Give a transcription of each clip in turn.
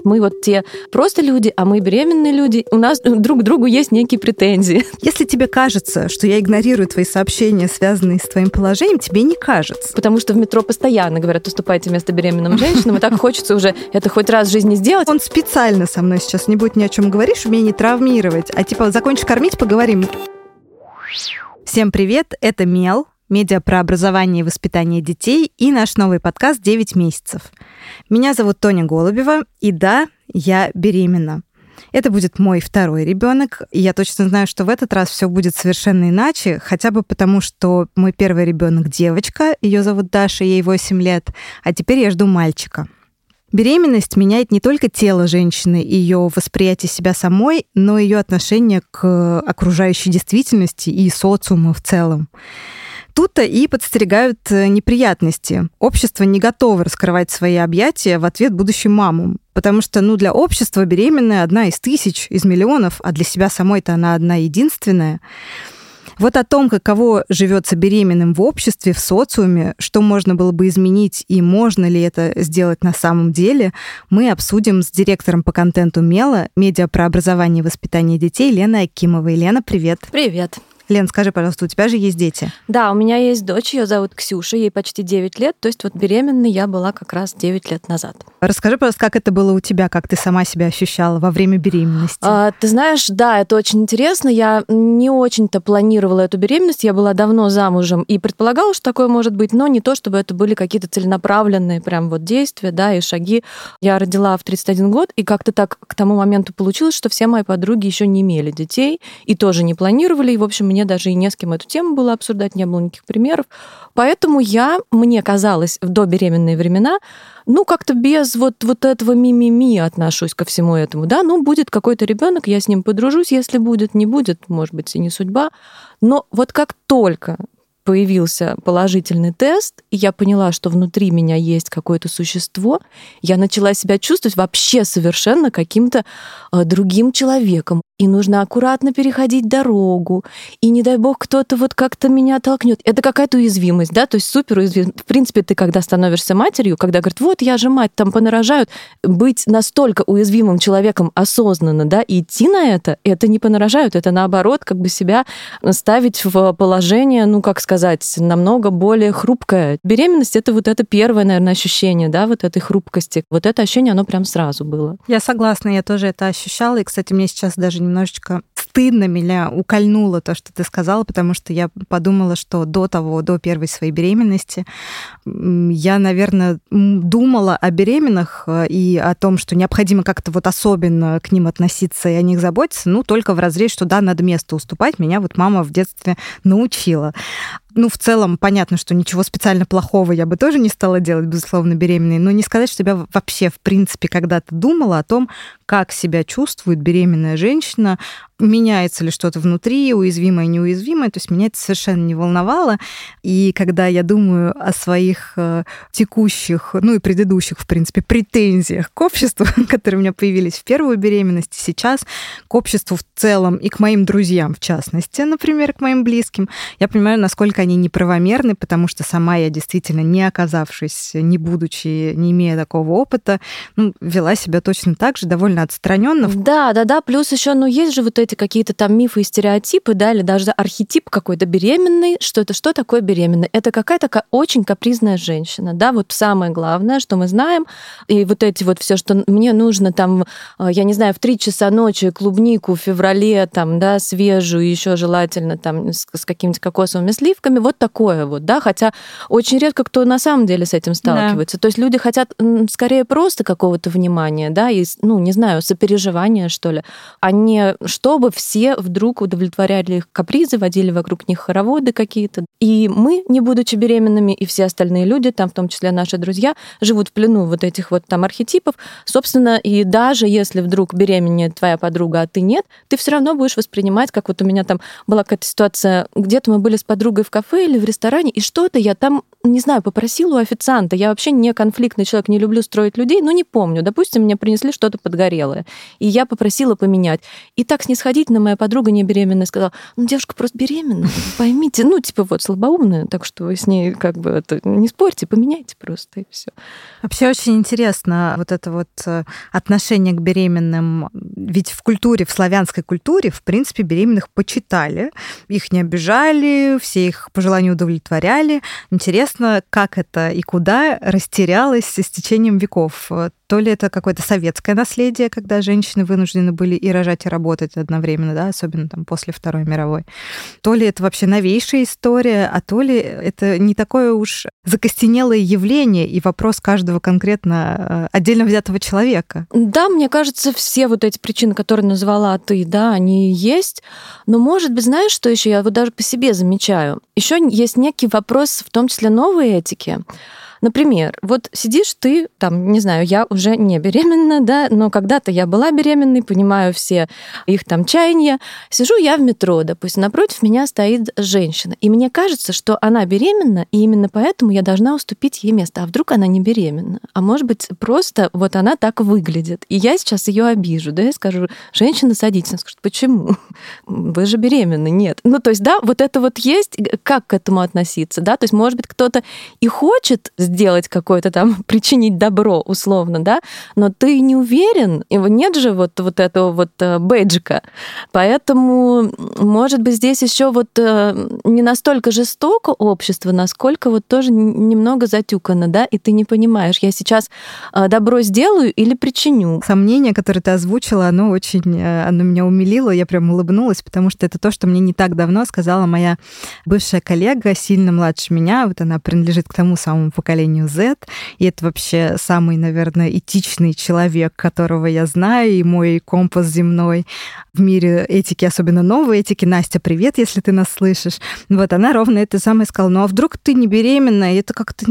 Мы вот те просто люди, а мы беременные люди. У нас друг к другу есть некие претензии. Если тебе кажется, что я игнорирую твои сообщения, связанные с твоим положением, тебе не кажется. Потому что в метро постоянно говорят, уступайте место беременным женщинам, и так хочется уже это хоть раз в жизни сделать. Он специально со мной сейчас не будет ни о чем говорить, чтобы меня не травмировать. А типа, закончишь кормить, поговорим. Всем привет, это Мел, медиа про образование и воспитание детей, и наш новый подкаст «9 месяцев». Меня зовут Тоня Голубева, и да, я беременна. Это будет мой второй ребенок, и я точно знаю, что в этот раз все будет совершенно иначе, хотя бы потому, что мой первый ребенок девочка, ее зовут Даша, ей 8 лет, а теперь я жду мальчика. Беременность меняет не только тело женщины и ее восприятие себя самой, но и ее отношение к окружающей действительности и социуму в целом. Тут-то и подстерегают неприятности. Общество не готово раскрывать свои объятия в ответ будущим мамам, потому что для общества беременная одна из тысяч, из миллионов, а для себя самой-то она одна единственная. Вот о том, каково живется беременным в обществе, в социуме, что можно было бы изменить и можно ли это сделать на самом деле, мы обсудим с директором по контенту Мела, медиа про образование и воспитание детей Леной Акимовой. Лена, привет. Привет. Лен, скажи, пожалуйста, у тебя же есть дети? Да, у меня есть дочь, ее зовут Ксюша, ей почти 9 лет, то есть вот беременной я была как раз 9 лет назад. Расскажи, пожалуйста, как это было у тебя, как ты сама себя ощущала во время беременности? Ты знаешь, да, это очень интересно. Я не очень-то планировала эту беременность, я была давно замужем и предполагала, что такое может быть, но не то, чтобы это были какие-то целенаправленные прям вот действия, да, и шаги. Я родила в 31 год, и как-то так к тому моменту получилось, что все мои подруги еще не имели детей и тоже не планировали, и, в общем, мне даже и не с кем эту тему было обсуждать, не было никаких примеров. Поэтому мне казалось, в добеременные времена, как-то без вот этого ми-ми-ми отношусь ко всему этому, да, будет какой-то ребенок, я с ним подружусь, если будет, не будет, может быть, и не судьба. Но вот как только появился положительный тест, и я поняла, что внутри меня есть какое-то существо, я начала себя чувствовать вообще совершенно каким-то другим человеком. И нужно аккуратно переходить дорогу, и не дай бог кто-то вот как-то меня толкнет. Это какая-то уязвимость, да, то есть супер уязвимость. В принципе, ты когда становишься матерью, когда говорят, вот я же мать, там понарожают, быть настолько уязвимым человеком осознанно, да, и идти на это не понарожают, это наоборот, как бы себя ставить в положение, намного более хрупкое. Беременность — это вот это первое, наверное, ощущение, да, вот этой хрупкости. Вот это ощущение, оно прям сразу было. Я согласна, я тоже это ощущала, и, кстати, мне сейчас даже немножечко стыдно меня укольнуло то, что ты сказала, потому что я подумала, что до первой своей беременности я, наверное, думала о беременных и о том, что необходимо как-то вот особенно к ним относиться и о них заботиться, только в разрез, что да, надо место уступать. Меня вот мама в детстве научила. В целом, понятно, что ничего специально плохого я бы тоже не стала делать, безусловно, беременной, но не сказать, что я вообще, в принципе, когда-то думала о том, как себя чувствует беременная женщина, меняется ли что-то внутри, уязвимое, неуязвимое, то есть меня это совершенно не волновало. И когда я думаю о своих текущих, и предыдущих, в принципе, претензиях к обществу, которые у меня появились в первую беременность, и сейчас к обществу в целом и к моим друзьям, в частности, например, к моим близким, я понимаю, насколько они неправомерны, потому что сама я действительно, не оказавшись, не будучи, не имея такого опыта, вела себя точно так же, довольно отстраненно. Да, плюс еще, есть же вот эти какие-то там мифы и стереотипы, да, или даже архетип какой-то беременный. Что такое беременный? Это какая-то очень капризная женщина, да, вот самое главное, что мы знаем, и вот эти вот все, что мне нужно там, я не знаю, в 3 часа ночи клубнику в феврале, там, да, свежую, еще желательно там с какими-то кокосовыми сливками, вот такое вот, да, хотя очень редко кто на самом деле с этим сталкивается. Да. То есть люди хотят скорее просто какого-то внимания, да, и, не знаю, сопереживания, что ли, а не чтобы все вдруг удовлетворяли их капризы, водили вокруг них хороводы какие-то. И мы, не будучи беременными, и все остальные люди, там, в том числе наши друзья, живут в плену вот этих вот там архетипов. Собственно, и даже если вдруг беременная твоя подруга, а ты нет, ты все равно будешь воспринимать, как вот у меня там была какая-то ситуация, где-то мы были с подругой в кафе, кафе или в ресторане, и что-то я там, не знаю, попросила у официанта. Я вообще не конфликтный человек, не люблю строить людей, но не помню. Допустим, мне принесли что-то подгорелое, и я попросила поменять. И так снисходительно моя подруга не беременная сказала: девушка просто беременна, поймите, вот слабоумная, так что вы с ней как бы не спорьте, поменяйте просто, и все. Вообще очень интересно вот это вот отношение к беременным. Ведь в культуре, в славянской культуре, в принципе, беременных почитали, их не обижали, все их пожелания удовлетворяли. Интересно, как это и куда растерялось с течением веков. То ли это какое-то советское наследие, когда женщины вынуждены были и рожать, и работать одновременно, да, особенно там после Второй мировой. То ли это вообще новейшая история, а то ли это не такое уж закостенелое явление и вопрос каждого конкретно отдельно взятого человека. Да, мне кажется, все вот эти причины, которые назвала ты, да, они есть. Но, может быть, знаешь, что еще я вот даже по себе замечаю? Еще есть некий вопрос, в том числе новой этики. Например, вот сидишь ты, там, не знаю, я уже не беременна, да, но когда-то я была беременной, понимаю все их там чаяния. Сижу я в метро, допустим, напротив меня стоит женщина, и мне кажется, что она беременна, и именно поэтому я должна уступить ей место. А вдруг она не беременна? А может быть, просто вот она так выглядит, и я сейчас ее обижу, да, я скажу: женщина, садитесь. Она скажет: почему? Вы же беременны. Нет. То есть, да, вот это вот есть, как к этому относиться, да, то есть, может быть, кто-то и хочет сделать какое-то там, причинить добро, условно, да, но ты не уверен, и нет же вот этого вот бэджика. Поэтому, может быть, здесь еще вот не настолько жестоко общество, насколько вот тоже немного затюкано, да, и ты не понимаешь, я сейчас добро сделаю или причиню. Сомнение, которое ты озвучила, оно меня умилило, я прям улыбнулась, потому что это то, что мне не так давно сказала моя бывшая коллега, сильно младше меня, вот она принадлежит к тому самому поколению Z, и это вообще самый, наверное, этичный человек, которого я знаю, и мой компас земной в мире этики, особенно новой этики. Настя, привет, если ты нас слышишь. Вот она ровно это самое сказала: а вдруг ты не беременна, это как-то,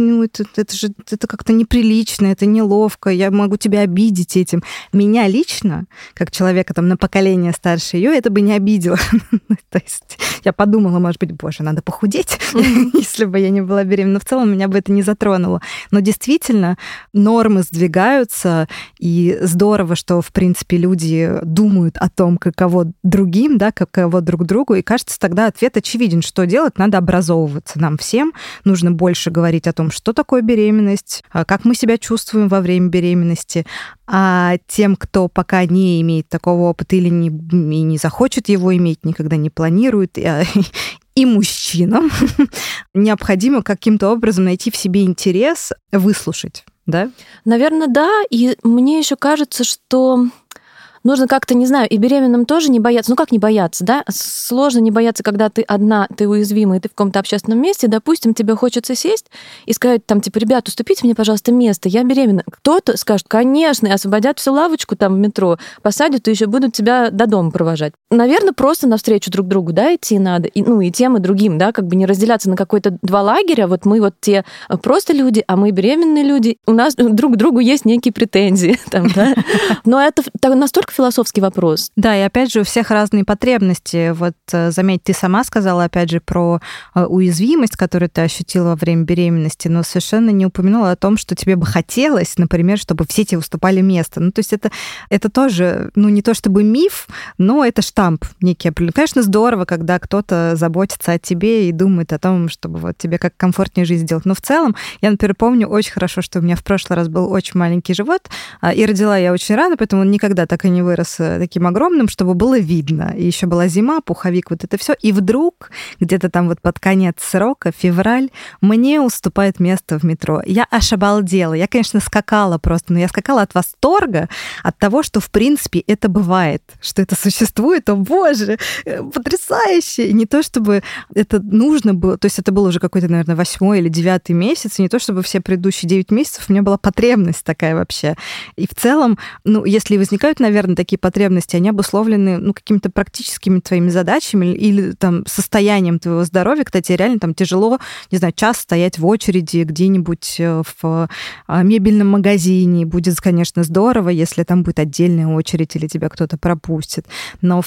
это как-то неприлично, это неловко, я могу тебя обидеть этим. Меня лично, как человека там на поколение старше ее, это бы не обидело. То есть я подумала, может быть, боже, надо похудеть, если бы я не была беременна. Но в целом меня бы это не затронуло. Но действительно, нормы сдвигаются, и здорово, что, в принципе, люди думают о том, каково другим, да, каково друг другу, и кажется, тогда ответ очевиден. Что делать? Надо образовываться. Нам всем нужно больше говорить о том, что такое беременность, как мы себя чувствуем во время беременности, а тем, кто пока не имеет такого опыта или не захочет его иметь, никогда не планирует, и мужчинам необходимо каким-то образом найти в себе интерес, выслушать, да? Наверное, да. И мне еще кажется, что нужно как-то, не знаю, и беременным тоже не бояться. Как не бояться, да? Сложно не бояться, когда ты одна, ты уязвима, и ты в каком-то общественном месте. Допустим, тебе хочется сесть и сказать там, типа: ребят, уступите мне, пожалуйста, место, я беременна. Кто-то скажет: конечно, и освободят всю лавочку там в метро, посадят и еще будут тебя до дома провожать. Наверное, просто навстречу друг другу, да, идти надо. И тем, и другим, да, как бы не разделяться на какой-то два лагеря. Вот мы вот те просто люди, а мы беременные люди. У нас друг к другу есть некие претензии там, да. Но это настолько философский вопрос. Да, и опять же, у всех разные потребности. Вот заметь, ты сама сказала, опять же, про уязвимость, которую ты ощутила во время беременности, но совершенно не упомянула о том, что тебе бы хотелось, например, чтобы все тебе уступали место. То есть это тоже, не то чтобы миф, но это штамп некий. Конечно, здорово, когда кто-то заботится о тебе и думает о том, чтобы вот тебе как комфортнее жизнь сделать. Но в целом, я, например, помню очень хорошо, что у меня в прошлый раз был очень маленький живот, и родила я очень рано, поэтому он никогда так и не вырос таким огромным, чтобы было видно. И еще была зима, пуховик, вот это все. И вдруг, где-то там вот под конец срока, февраль, мне уступает место в метро. Я аж обалдела. Я, конечно, скакала просто, но я скакала от восторга, от того, что, в принципе, это бывает, что это существует. О, боже, потрясающе! И не то, чтобы это нужно было, то есть это был уже какой-то, наверное, 8-й или 9-й месяц, и не то, чтобы все предыдущие 9 месяцев у меня была потребность такая вообще. И в целом, если возникают, наверное, такие потребности, они обусловлены какими-то практическими твоими задачами или там состоянием твоего здоровья, когда тебе реально там тяжело, не знаю, час стоять в очереди где-нибудь в мебельном магазине. Будет, конечно, здорово, если там будет отдельная очередь или тебя кто-то пропустит. Но в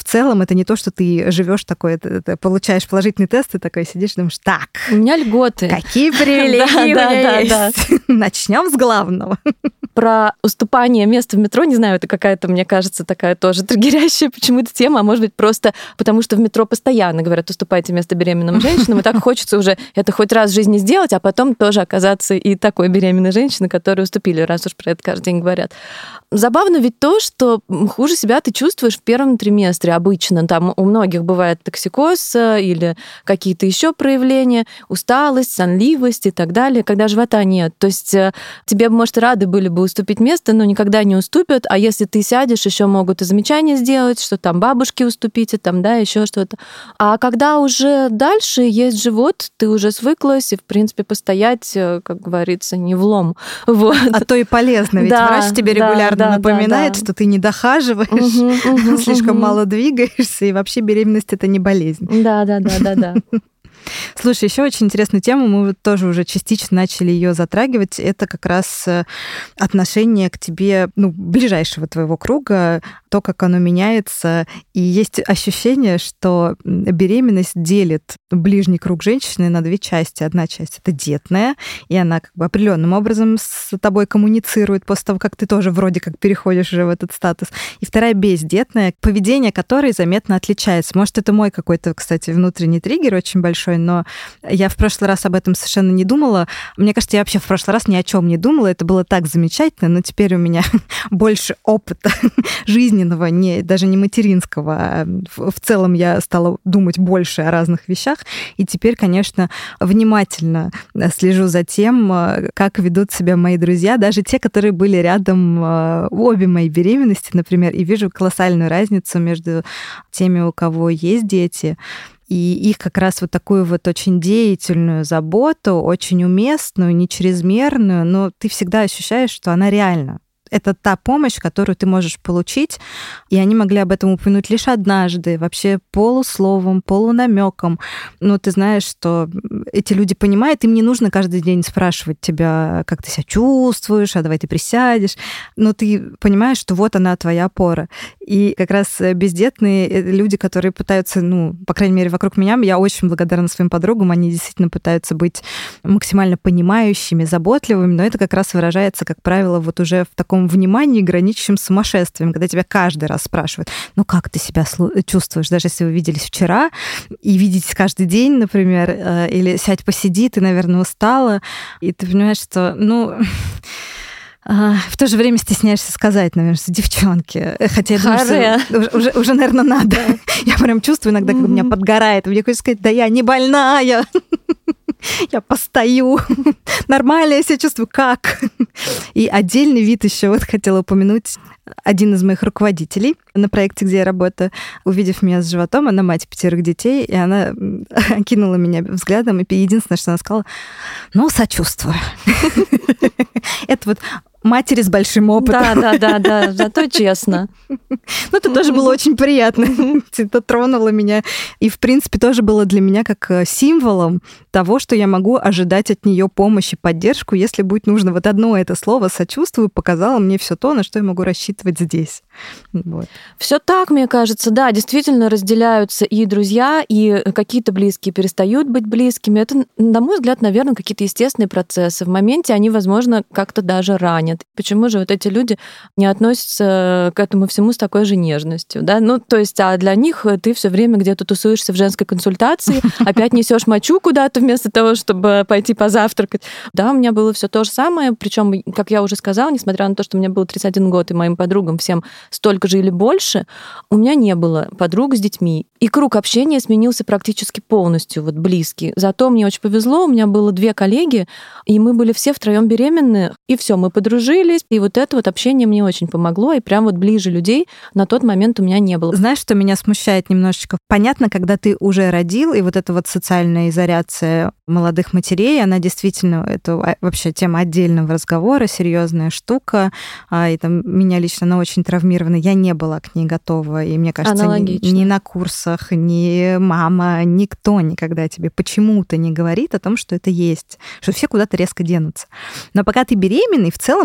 целом это не то, что ты живешь такой, ты получаешь положительный тест, и такой сидишь, думаешь, так. У меня льготы. Какие привилегии у меня есть. Начнем с главного. Про уступание места в метро, не знаю, это какая-то, мне кажется, такая тоже триггерящая почему-то тема, а может быть просто потому, что в метро постоянно говорят, уступайте место беременным женщинам, и так хочется уже это хоть раз в жизни сделать, а потом тоже оказаться и такой беременной женщиной, которой уступили, раз уж про это каждый день говорят. Забавно ведь то, что хуже себя ты чувствуешь в первом триместре обычно. Там у многих бывает токсикоз или какие-то еще проявления, усталость, сонливость и так далее, когда живота нет. То есть тебе, может, и рады были бы уступить место, но никогда не уступят. А если ты сядешь, еще могут и замечания сделать, что там бабушке уступите, там, да, еще что-то. А когда уже дальше есть живот, ты уже свыклась, и, в принципе, постоять, как говорится, не влом. Вот. А то и полезно, ведь врач тебе регулярно напоминает, что ты не дохаживаешь, слишком мало двигаешься, и вообще беременность — это не болезнь. Да. Слушай, еще очень интересную тему, мы вот тоже уже частично начали ее затрагивать. Это как раз отношение к тебе, ближайшего твоего круга, то, как оно меняется. И есть ощущение, что беременность делит ближний круг женщины на две части. Одна часть — это детная, и она как бы определенным образом с тобой коммуницирует после того, как ты тоже вроде как переходишь уже в этот статус. И вторая — бездетная, поведение которой заметно отличается. Может, это мой какой-то, кстати, внутренний триггер очень большой, но я в прошлый раз об этом совершенно не думала. Мне кажется, я вообще в прошлый раз ни о чем не думала. Это было так замечательно, но теперь у меня больше опыта жизненного, даже не материнского. В целом я стала думать больше о разных вещах. И теперь, конечно, внимательно слежу за тем, как ведут себя мои друзья, даже те, которые были рядом обе мои беременности, например, и вижу колоссальную разницу между теми, у кого есть дети, и их как раз вот такую вот очень деятельную заботу, очень уместную, не чрезмерную, но ты всегда ощущаешь, что она реальна. Это та помощь, которую ты можешь получить, и они могли об этом упомянуть лишь однажды, вообще полусловом, полунамеком. Но ты знаешь, что эти люди понимают, им не нужно каждый день спрашивать тебя, как ты себя чувствуешь, а давай ты присядешь. Но ты понимаешь, что вот она, твоя опора. И как раз бездетные люди, которые пытаются, по крайней мере, вокруг меня, я очень благодарна своим подругам, они действительно пытаются быть максимально понимающими, заботливыми, но это как раз выражается, как правило, вот уже в таком внимании, граничащим с сумасшествием, когда тебя каждый раз спрашивают, как ты себя чувствуешь, даже если вы виделись вчера и видитесь каждый день, например, или сядь, посиди, ты, наверное, устала, и ты понимаешь, что, в то же время стесняешься сказать, наверное, что девчонки. Хотя я думаю, что уже, наверное, надо. Я прям чувствую иногда, когда меня подгорает. Мне хочется сказать, да я не больная. Я постою. Нормально я себя чувствую. Как? И отдельный вид еще вот хотела упомянуть. Один из моих руководителей на проекте, где я работаю, увидев меня с животом, она мать 5 детей, и она окинула меня взглядом, и единственное, что она сказала, сочувствую. Это вот матери с большим опытом. Да, зато честно. Это тоже было очень приятно. Это тронуло меня. И, в принципе, тоже было для меня как символом того, что я могу ожидать от нее помощи, поддержку, если будет нужно. Вот одно это слово «сочувствую» показало мне все то, на что я могу рассчитывать здесь. Вот. Все так, мне кажется, да, действительно разделяются и друзья, и какие-то близкие перестают быть близкими. Это, на мой взгляд, наверное, какие-то естественные процессы. В моменте они, возможно, как-то даже ранят. Почему же вот эти люди не относятся к этому всему с такой же нежностью, да? То есть, а для них ты все время где-то тусуешься в женской консультации, опять несешь мочу куда-то вместо того, чтобы пойти позавтракать. Да, у меня было все то же самое, причем, как я уже сказала, несмотря на то, что мне было 31 год, и моим подругам всем столько же или больше, у меня не было подруг с детьми. И круг общения сменился практически полностью, вот близкий. Зато мне очень повезло, у меня было 2 коллеги, и мы были все втроем беременны, и все, мы подружились, и вот это вот общение мне очень помогло, и прям вот ближе людей на тот момент у меня не было. Знаешь, что меня смущает немножечко? Понятно, когда ты уже родил, и вот эта вот социальная изоляция молодых матерей, она действительно, это вообще тема отдельного разговора, серьезная штука, и там меня лично она очень травмирована, я не была к ней готова, и мне кажется, ни на курсах, ни мама, никто никогда тебе почему-то не говорит о том, что это есть, что все куда-то резко денутся. Но пока ты беременный, в целом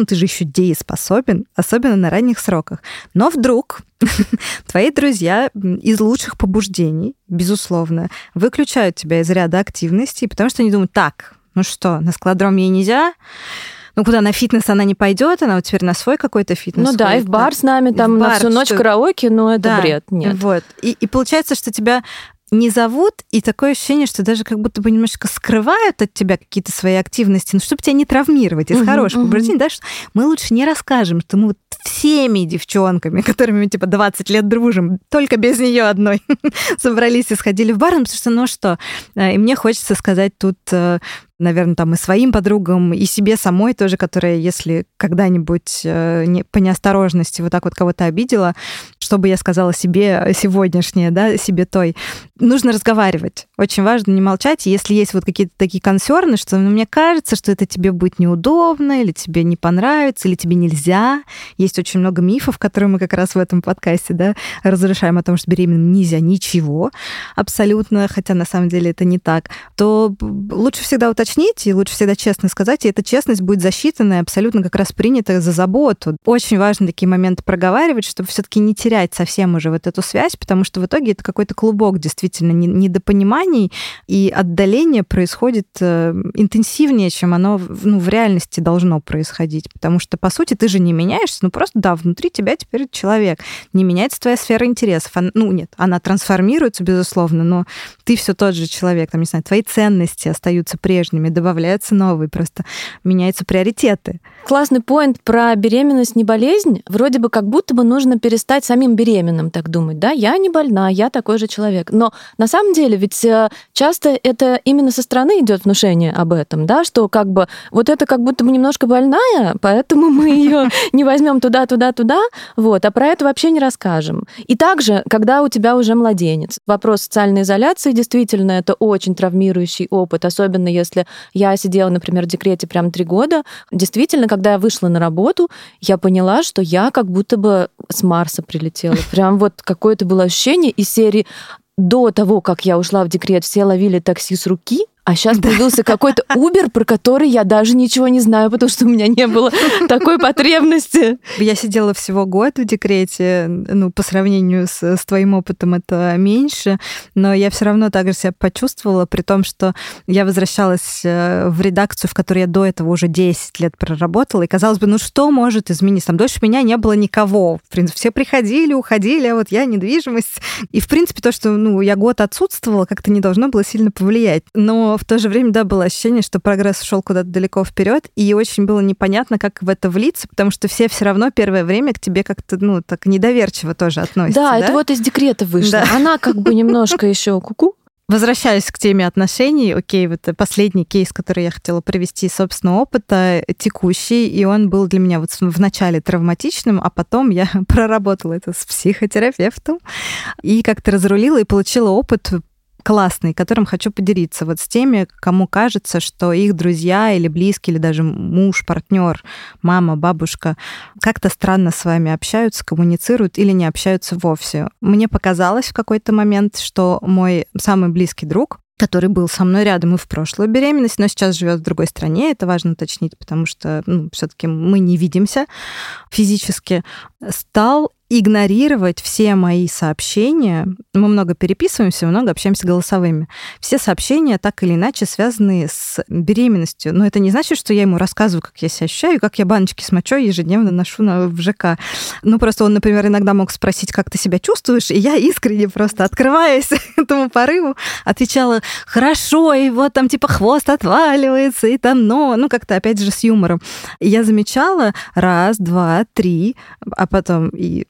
целом ты же еще дееспособен, особенно на ранних сроках. Но вдруг твои друзья из лучших побуждений, безусловно, выключают тебя из ряда активностей, потому что они думают, так, ну что, на скалодром ей нельзя, ну куда, на фитнес она не пойдет, она вот теперь на свой какой-то фитнес. Ну да, и в бар с нами, там на всю ночь караоке, но это бред, нет. Вот. И получается, что тебя не зовут, и такое ощущение, что даже как будто бы немножечко скрывают от тебя какие-то свои активности, ну, чтобы тебя не травмировать из хороших побуждений, да, что мы лучше не расскажем, что мы вот всеми девчонками, которыми мы, типа, 20 лет дружим, только без нее одной собрались и сходили в бар, потому что, ну что, и мне хочется сказать тут, наверное, там и своим подругам, и себе самой тоже, которая, если когда-нибудь по неосторожности вот так вот кого-то обидела, что бы я сказала себе сегодняшнее, да, себе той, нужно разговаривать. Очень важно не молчать. И если есть вот какие-то такие консерны, что мне кажется, что это тебе будет неудобно, или тебе не понравится, или тебе нельзя. Есть очень много мифов, которые мы как раз в этом подкасте, да, разрушаем о том, что беременным нельзя ничего абсолютно, хотя на самом деле это не так, то лучше всегда уточнить и лучше всегда честно сказать, и эта честность будет засчитана и абсолютно как раз принята за заботу. Очень важно такие моменты проговаривать, чтобы все-таки не терять совсем уже вот эту связь, потому что в итоге это какой-то клубок действительно недопониманий, и отдаление происходит интенсивнее, чем оно в реальности должно происходить. Потому что, по сути, ты же не меняешься, ну просто, да, внутри тебя теперь человек. Не меняется твоя сфера интересов. Она трансформируется, безусловно, но ты все тот же человек. Там, не знаю, твои ценности остаются прежними, добавляются новые, просто меняются приоритеты. Классный поинт про беременность, не болезнь. Вроде бы как будто бы нужно перестать самим беременным так думать, да, я не больна, я такой же человек. Но на самом деле ведь часто это именно со стороны идет внушение об этом, да, что как бы вот это как будто бы немножко больная, поэтому мы ее не возьмем туда, вот, а про это вообще не расскажем. И также, когда у тебя уже младенец, вопрос социальной изоляции, действительно, это очень травмирующий опыт, особенно если я сидела, например, в декрете прям 3 года. Действительно, когда я вышла на работу, я поняла, что я как будто бы с Марса прилетела. Прям вот какое-то было ощущение из серии до того, как я ушла в декрет, все ловили такси с руки, а сейчас появился какой-то Uber, про который я даже ничего не знаю, потому что у меня не было такой потребности. Я сидела всего год в декрете, по сравнению с твоим опытом это меньше, но я все равно так же себя почувствовала, при том, что я возвращалась в редакцию, в которой я до этого уже 10 лет проработала, и казалось бы, что может измениться? Там дольше меня не было никого. В принципе, все приходили, уходили, а вот я недвижимость. И, в принципе, то, что я год отсутствовала, как-то не должно было сильно повлиять. Но в то же время, да, было ощущение, что прогресс ушел куда-то далеко вперед, и очень было непонятно, как в это влиться, потому что все равно первое время к тебе как-то, так недоверчиво тоже относятся. Да, это вот из декрета вышло. Да. Она как бы немножко еще ку-ку. Возвращаясь к теме отношений, окей, вот последний кейс, который я хотела привести из собственного опыта, текущий, и он был для меня вот вначале травматичным, а потом я проработала это с психотерапевтом и как-то разрулила и получила опыт классный, которым хочу поделиться вот с теми, кому кажется, что их друзья или близкие, или даже муж, партнер, мама, бабушка как-то странно с вами общаются, коммуницируют или не общаются вовсе. Мне показалось в какой-то момент, что мой самый близкий друг, который был со мной рядом и в прошлую беременность, но сейчас живет в другой стране, это важно уточнить, потому что все-таки мы не видимся физически, стал игнорировать все мои сообщения. Мы много переписываемся, много общаемся голосовыми. Все сообщения так или иначе связаны с беременностью. Но это не значит, что я ему рассказываю, как я себя ощущаю, как я баночки с мочой ежедневно ношу в ЖК. Просто он, например, иногда мог спросить, как ты себя чувствуешь, и я искренне просто, открываясь этому порыву, отвечала: хорошо, и вот там типа хвост отваливается, и там, как-то опять же с юмором. И я замечала 1, 2, 3, а потом и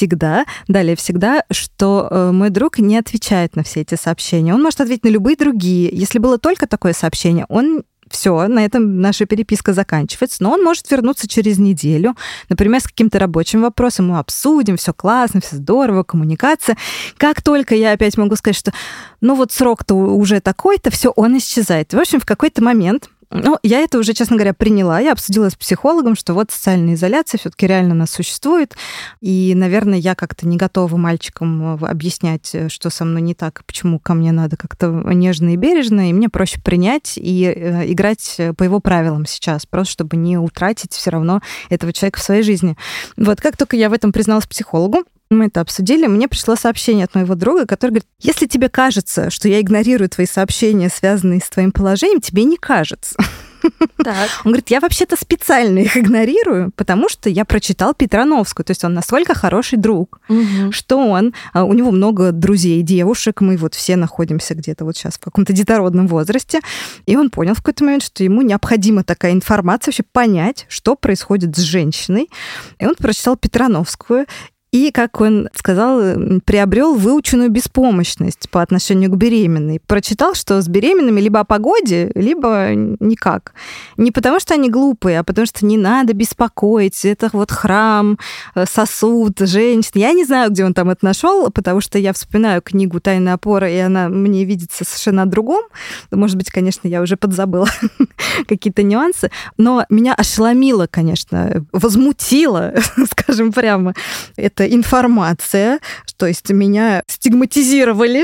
далее всегда, что мой друг не отвечает на все эти сообщения. Он может ответить на любые другие. Если было только такое сообщение, все, на этом наша переписка заканчивается, но он может вернуться через неделю, например, с каким-то рабочим вопросом, мы обсудим, все классно, все здорово, коммуникация. Как только я опять могу сказать, что срок-то уже такой-то, все, он исчезает. В общем, в какой-то момент Ну, я это уже, честно говоря, приняла. Я обсудила с психологом, что вот социальная изоляция все-таки реально у нас существует. И, наверное, я как-то не готова мальчикам объяснять, что со мной не так, почему ко мне надо как-то нежно и бережно. И мне проще принять и играть по его правилам сейчас, просто чтобы не утратить все равно этого человека в своей жизни. Вот как только я в этом призналась психологу, мы это обсудили, мне пришло сообщение от моего друга, который говорит: если тебе кажется, что я игнорирую твои сообщения, связанные с твоим положением, тебе не кажется. Так. Он говорит: я вообще-то специально их игнорирую, потому что я прочитал Петрановскую. То есть он настолько хороший друг, что у него много друзей, девушек, мы вот все находимся где-то вот сейчас в каком-то детородном возрасте, и он понял в какой-то момент, что ему необходима такая информация, вообще понять, что происходит с женщиной. И он прочитал Петрановскую, и, как он сказал, приобрел выученную беспомощность по отношению к беременной. Прочитал, что с беременными либо о погоде, либо никак. Не потому, что они глупые, а потому, что не надо беспокоить. Это вот храм, сосуд, женщина. Я не знаю, где он там это нашел, потому что я вспоминаю книгу «Тайная опора», и она мне видится совершенно о другом. Может быть, конечно, я уже подзабыла какие-то нюансы. Но меня ошеломило, конечно, возмутило, скажем прямо, это информация, то есть меня стигматизировали.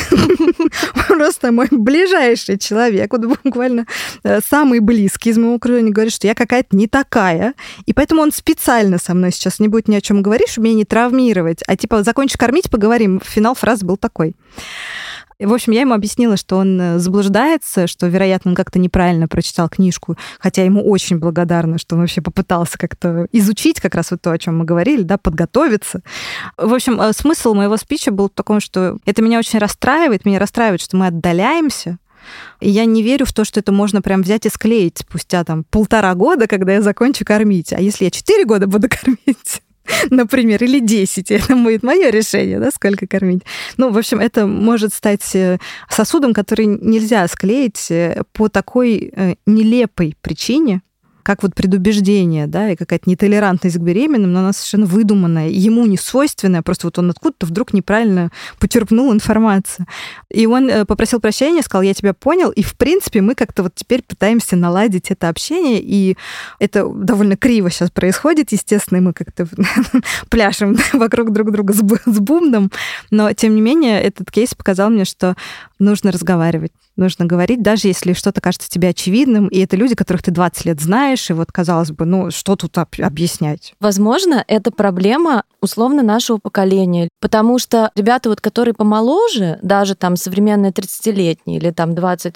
Просто мой ближайший человек, вот буквально самый близкий из моего окружения, говорит, что я какая-то не такая, и поэтому он специально со мной сейчас не будет ни о чем говорить, чтобы меня не травмировать, а типа закончишь кормить, поговорим. Финал фразы был такой. В общем, я ему объяснила, что он заблуждается, что, вероятно, он как-то неправильно прочитал книжку, хотя ему очень благодарна, что он вообще попытался как-то изучить как раз вот то, о чем мы говорили, да, подготовиться. В общем, смысл моего спича был в таком, что это меня очень расстраивает. Меня расстраивает, что мы отдаляемся. И я не верю в то, что это можно прям взять и склеить спустя там 1,5 года, когда я закончу кормить. А если я 4 года буду кормить, например, или 10, это будет мое решение, да, сколько кормить. Ну, в общем, это может стать сосудом, который нельзя склеить по такой нелепой причине, как вот предубеждение, да, и какая-то нетолерантность к беременным, но она совершенно выдуманная, ему не свойственная, просто вот он откуда-то вдруг неправильно почерпнул информацию. И он попросил прощения, сказал: я тебя понял, и, в принципе, мы как-то вот теперь пытаемся наладить это общение, и это довольно криво сейчас происходит, естественно, и мы как-то пляшем вокруг друг друга с бубном, но, тем не менее, этот кейс показал мне, что нужно разговаривать, нужно говорить, даже если что-то кажется тебе очевидным, и это люди, которых ты 20 лет знаешь, и вот, казалось бы, ну, что тут объяснять? Возможно, это проблема условно нашего поколения, потому что ребята, вот, которые помоложе, даже там современные 30-летние или там 20+,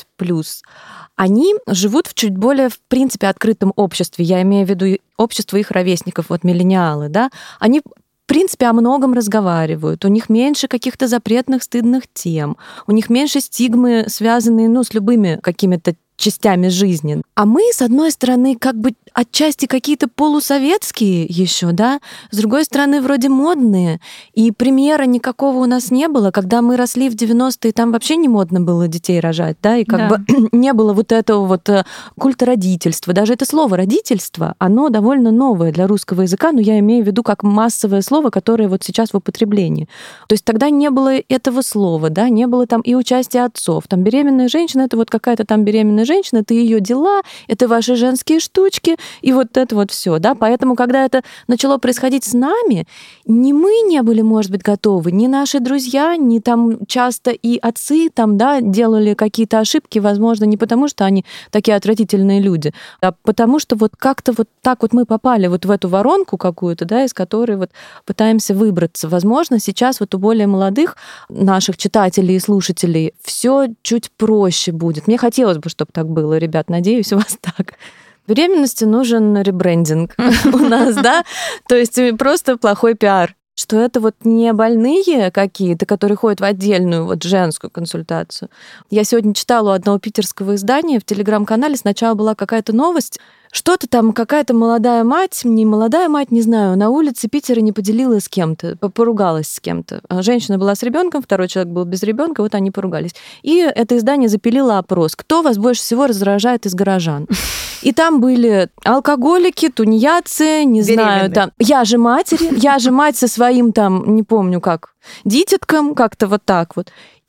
они живут в чуть более, в принципе, открытом обществе. Я имею в виду общество их ровесников, вот миллениалы, да, они в принципе, о многом разговаривают, у них меньше каких-то запретных, стыдных тем, у них меньше стигмы, связанные, ну, с любыми какими-то частями жизни. А мы, с одной стороны, как бы отчасти какие-то полусоветские еще, да, с другой стороны, вроде модные, и примера никакого у нас не было. Когда мы росли в 90-е, там вообще не модно было детей рожать, да, и как бы не было вот этого вот культа родительства. Даже это слово «родительство», оно довольно новое для русского языка, но я имею в виду как массовое слово, которое вот сейчас в употреблении. То есть тогда не было этого слова, да, не было там и участия отцов. Там беременная женщина — это вот какая-то там беременная женщина, это ее дела, это ваши женские штучки, и вот это вот все, да. Поэтому, когда это начало происходить с нами, ни мы не были, может быть, готовы, ни наши друзья, ни там часто и отцы там, да, делали какие-то ошибки, возможно, не потому, что они такие отвратительные люди, а потому что вот как-то вот так вот мы попали вот в эту воронку какую-то, да, из которой вот пытаемся выбраться. Возможно, сейчас вот у более молодых наших читателей и слушателей все чуть проще будет. Мне хотелось бы, чтобы так было, ребят, надеюсь, у вас так. Беременности нужен ребрендинг у нас, да? То есть просто плохой пиар. Что это вот не больные какие-то, которые ходят в отдельную вот женскую консультацию. Я сегодня читала у одного питерского издания в телеграм-канале, сначала была какая-то новость, что-то там, какая-то молодая мать, не молодая мать, не знаю, на улице Питера не поделилась с кем-то, поругалась с кем-то. Женщина была с ребенком, второй человек был без ребенка, вот они поругались. И это издание запилило опрос, кто вас больше всего раздражает из горожан. И там были алкоголики, тунеядцы, не знаю, там... Я же мать со своим там, не помню как, дитятком, как-то вот так вот.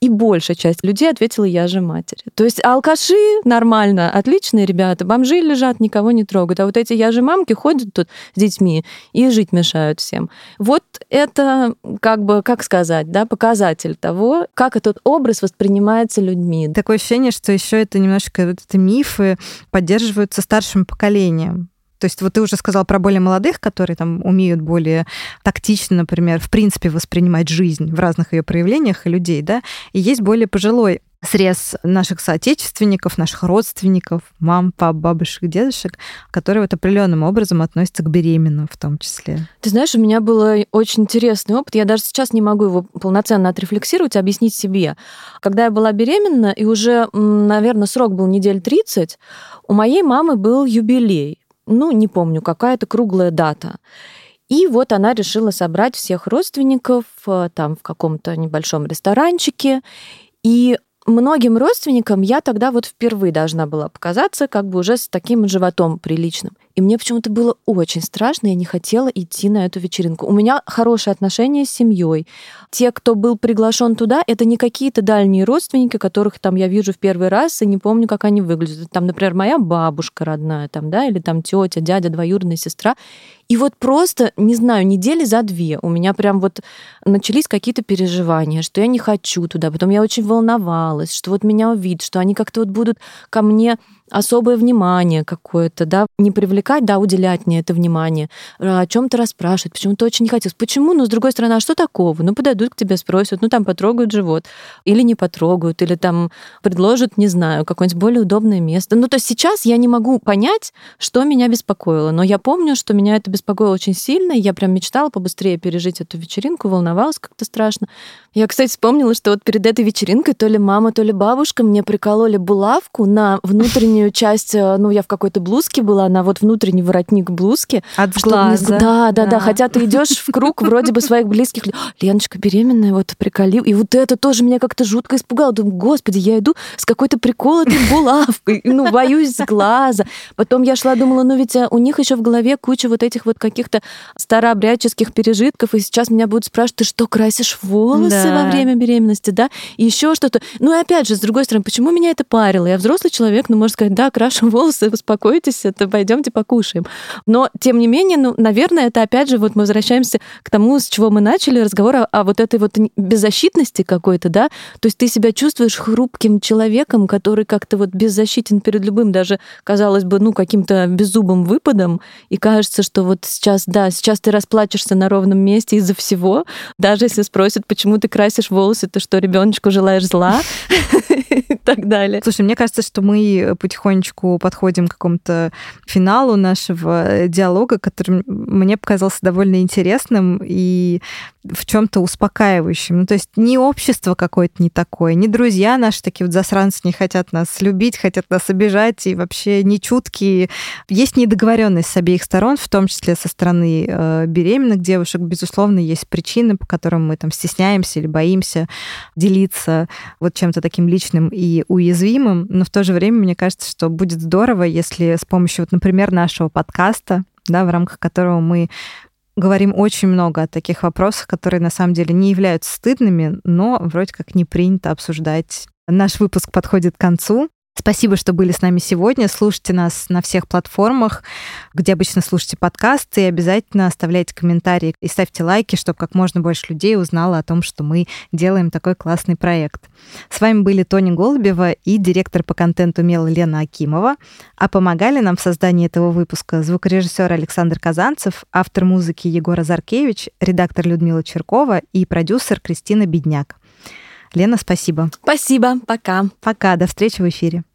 И большая часть людей ответила: я же матери. То есть алкаши нормально, отличные ребята, бомжи лежат, никого не трогают. А вот эти я же мамки ходят тут с детьми и жить мешают всем. Вот это, как сказать, да, показатель того, как этот образ воспринимается людьми. Такое ощущение, что еще это немножко это мифы поддерживаются старшим поколением. То есть вот ты уже сказал про более молодых, которые там умеют более тактично, например, в принципе воспринимать жизнь в разных ее проявлениях и людей, да, и есть более пожилой срез наших соотечественников, наших родственников, мам, пап, бабушек, дедушек, которые вот определенным образом относятся к беременным в том числе. Ты знаешь, у меня был очень интересный опыт. Я даже сейчас не могу его полноценно отрефлексировать, объяснить себе. Когда я была беременна, и уже, наверное, срок был недель 30, у моей мамы был юбилей. Не помню, какая-то круглая дата. И вот она решила собрать всех родственников там в каком-то небольшом ресторанчике. И многим родственникам я тогда вот впервые должна была показаться уже с таким животом приличным. И мне почему-то было очень страшно, я не хотела идти на эту вечеринку. У меня хорошие отношения с семьей. Те, кто был приглашен туда, это не какие-то дальние родственники, которых там я вижу в первый раз и не помню, как они выглядят. Там, например, моя бабушка родная, или там тетя, дядя, двоюродная сестра. И вот просто, не знаю, недели за 2 у меня прям вот начались какие-то переживания, что я не хочу туда. Потом я очень волновалась, что вот меня увидят, что они как-то вот будут ко мне особое внимание какое-то, да, не привлекать, да, уделять мне это внимание, о чем-то расспрашивать, почему-то очень не хотелось. Почему? Но с другой стороны, а что такого? Подойдут к тебе, спросят, там потрогают живот, или не потрогают, или там предложат, не знаю, какое-нибудь более удобное место. То есть сейчас я не могу понять, что меня беспокоило, но я помню, что меня это беспокоило очень сильно, и я прям мечтала побыстрее пережить эту вечеринку, волновалась как-то страшно. Я, кстати, вспомнила, что вот перед этой вечеринкой то ли мама, то ли бабушка мне прикололи булавку на внутреннюю часть, я в какой-то блузке была, на вот внутренний воротник блузки. От глаза. Да. Хотя ты идешь в круг вроде бы своих близких. Леночка беременная, вот приколил. И вот это тоже меня как-то жутко испугало. Думаю, господи, я иду с какой-то приколотой булавкой, боюсь с глаза. Потом я шла, думала, ведь у них еще в голове куча вот этих вот каких-то старообрядческих пережитков, и сейчас меня будут спрашивать: ты что, красишь волосы во время беременности, да? И еще что-то. И опять же, с другой стороны, почему меня это парило? Я взрослый человек, можно сказать, да, крашу волосы, успокойтесь, пойдемте покушаем. Но, тем не менее, наверное, это опять же, вот мы возвращаемся к тому, с чего мы начали разговор о вот этой вот беззащитности какой-то, да? То есть ты себя чувствуешь хрупким человеком, который как-то вот беззащитен перед любым, даже, казалось бы, каким-то беззубым выпадом, и кажется, что вот сейчас ты расплачешься на ровном месте из-за всего, даже если спросят, почему ты красишь волосы, ты что, ребеночку желаешь зла? И так далее. Слушай, мне кажется, что мы потихонечку подходим к какому-то финалу нашего диалога, который мне показался довольно интересным и в чем-то успокаивающим. То есть ни общество какое-то не такое, ни друзья наши такие вот засранцы не хотят нас любить, хотят нас обижать и вообще не чуткие. Есть недоговоренность с обеих сторон, в том числе со стороны беременных девушек. Безусловно, есть причины, по которым мы там стесняемся или боимся делиться вот чем-то таким личным и уязвимым. Но в то же время, мне кажется, что будет здорово, если с помощью, вот, например, нашего подкаста, да, в рамках которого мы говорим очень много о таких вопросах, которые на самом деле не являются стыдными, но вроде как не принято обсуждать. Наш выпуск подходит к концу. Спасибо, что были с нами сегодня. Слушайте нас на всех платформах, где обычно слушаете подкасты, и обязательно оставляйте комментарии и ставьте лайки, чтобы как можно больше людей узнало о том, что мы делаем такой классный проект. С вами были Тоня Голубева и директор по контенту Мел Лена Акимова. А помогали нам в создании этого выпуска звукорежиссер Александр Казанцев, автор музыки Егор Азаркевич, редактор Людмила Черкова и продюсер Кристина Бедняк. Лена, спасибо. Спасибо. Пока. Пока. До встречи в эфире.